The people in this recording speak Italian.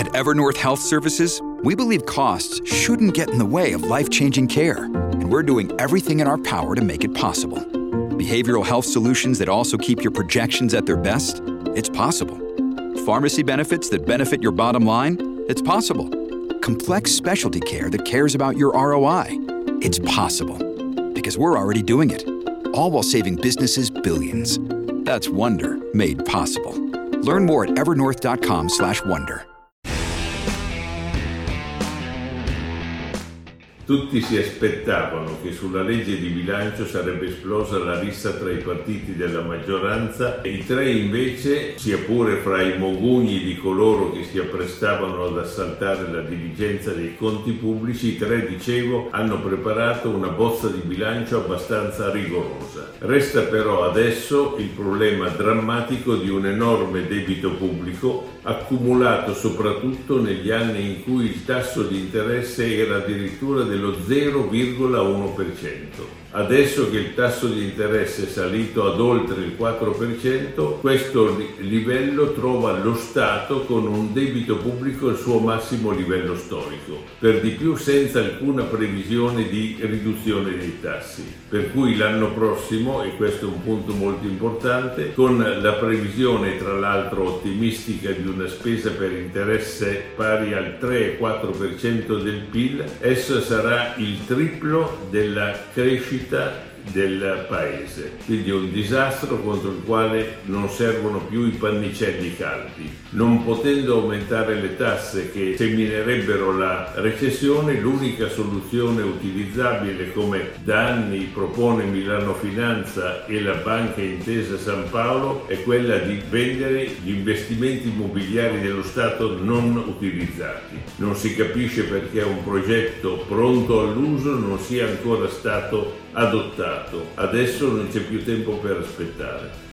At Evernorth Health Services, we believe costs shouldn't get in the way of life-changing care, and we're doing everything in our power to make it possible. Behavioral health solutions that also keep your projections at their best? It's possible. Pharmacy benefits that benefit your bottom line? It's possible. Complex specialty care that cares about your ROI? It's possible. Because we're already doing it. All while saving businesses billions. That's Wonder made possible. Learn more at evernorth.com/wonder. Tutti si aspettavano che sulla legge di bilancio sarebbe esplosa la rissa tra i partiti della maggioranza e i tre invece, sia pure fra i mogugni di coloro che si apprestavano ad assaltare la diligenza dei conti pubblici, i tre, dicevo, hanno preparato una bozza di bilancio abbastanza rigorosa. Resta però adesso il problema drammatico di un enorme debito pubblico accumulato soprattutto negli anni in cui il tasso di interesse era addirittura dello 0,1%. Adesso che il tasso di interesse è salito ad oltre il 4%, questo livello trova lo Stato con un debito pubblico al suo massimo livello storico, per di più senza alcuna previsione di riduzione dei tassi. Per cui l'anno prossimo, e questo è un punto molto importante, con la previsione tra l'altro ottimistica di una spesa per interesse pari al 3-4% del PIL, essa sarà il triplo della crescita del paese, quindi un disastro contro il quale non servono più i pannicelli caldi. Non potendo aumentare le tasse che seminerebbero la recessione, l'unica soluzione utilizzabile, come da anni propone Milano Finanza e la Banca Intesa San Paolo, è quella di vendere gli investimenti immobiliari dello Stato non utilizzati. Non si capisce perché un progetto pronto all'uso non sia ancora stato adottato. Adesso non c'è più tempo per aspettare.